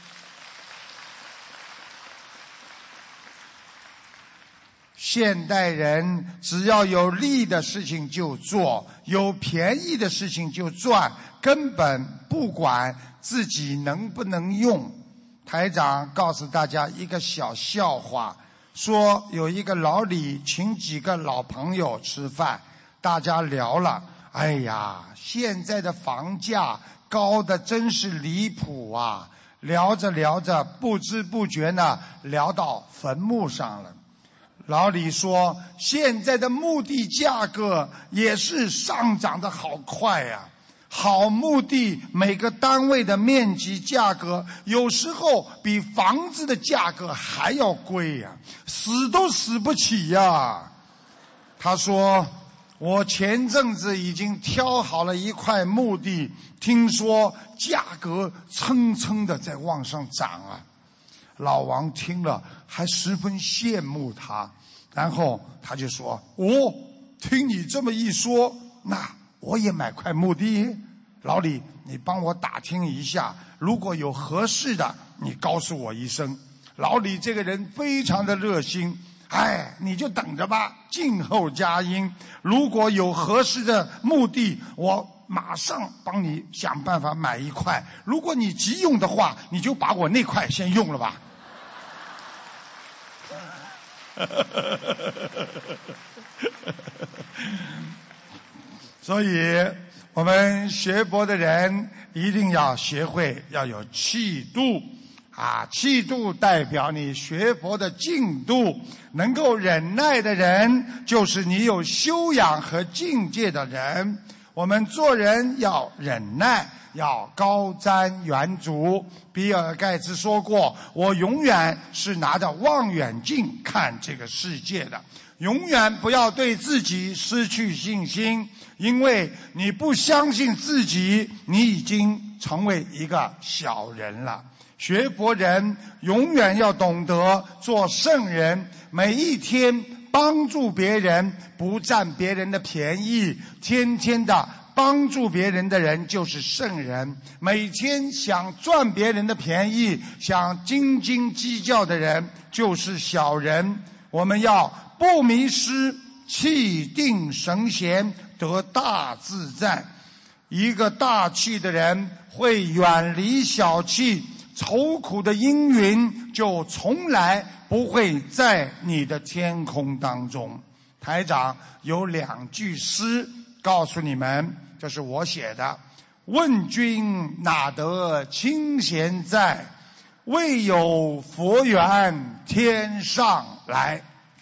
现代人只要有利的事情就做，有便宜的事情就赚，根本不管自己能不能用。台长告诉大家一个小笑话，说有一个老李请几个老朋友吃饭，大家聊了，哎呀，现在的房价高的真是离谱啊！聊着聊着，不知不觉呢，聊到坟墓上了。老李说，现在的墓地价格也是上涨得好快呀，好墓地每个单位的面积价格有时候比房子的价格还要贵呀，死都死不起呀。他说，我前阵子已经挑好了一块墓地，听说价格蹭蹭的在往上涨啊。老王听了还十分羡慕他，然后他就说，听你这么一说，那我也买块墓地。老李，你帮我打听一下，如果有合适的，你告诉我一声。老李这个人非常的热心，你就等着吧，静候佳音。如果有合适的墓地，我马上帮你想办法买一块。如果你急用的话，你就把我那块先用了吧。所以我们学佛的人一定要学会要有气度啊，气度代表你学佛的进度。能够忍耐的人就是你有修养和境界的人。我们做人要忍耐，要高瞻远瞩。比尔盖茨说过，我永远是拿着望远镜看这个世界的。永远不要对自己失去信心，因为你不相信自己，你已经成为一个小人了。学佛人永远要懂得做圣人，每一天帮助别人，不占别人的便宜，天天的帮助别人的人就是圣人。每天想赚别人的便宜，想斤斤计较的人就是小人。我们要不迷失，气定神闲，得大自在。 一个大气的人会远离小气，愁苦的阴云就从来不会在你的天空当中。台长有2句诗告诉你们，这是我写的：问君哪得清闲在，为有佛缘天上来。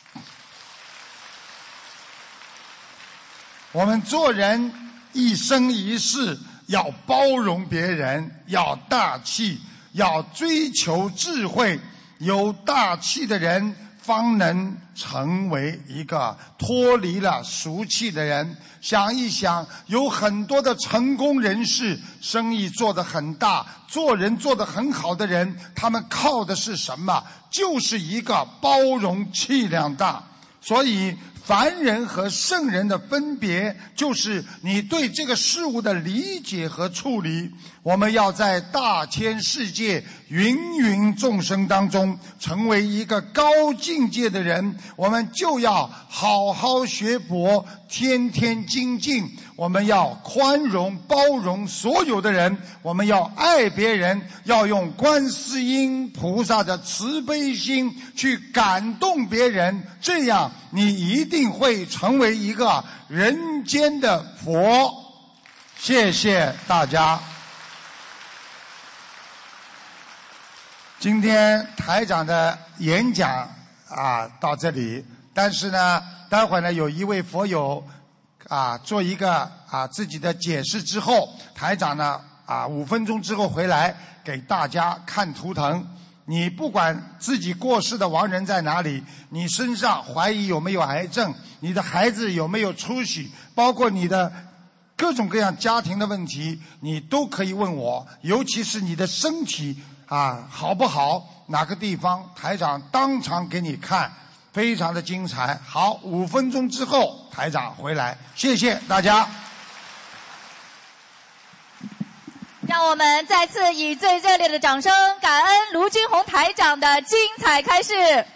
我们做人一生一世要包容别人，要大气，要追求智慧。有大气的人方能成为一个脱离了俗气的人。想一想，有很多的成功人士，生意做得很大，做人做得很好的人，他们靠的是什么？就是一个包容气量大。所以凡人和圣人的分别，就是你对这个事物的理解和处理。我们要在大千世界芸芸众生当中成为一个高境界的人，我们就要好好学佛，天天精进。我们要宽容包容所有的人，我们要爱别人，要用观世音菩萨的慈悲心去感动别人，这样你一定会成为一个人间的佛。谢谢大家。今天台长的演讲到这里，但是呢，待会儿呢有一位佛友做一个自己的解释之后，台长呢5分钟之后回来给大家看图腾。你不管自己过世的亡人在哪里，你身上怀疑有没有癌症，你的孩子有没有出息，包括你的各种各样家庭的问题，你都可以问我。尤其是你的身体好不好，哪个地方，台长当场给你看，非常的精彩。好，5分钟之后台长回来，谢谢大家。 让我们再次以最热烈的掌声，感恩卢军红台长的精彩开示。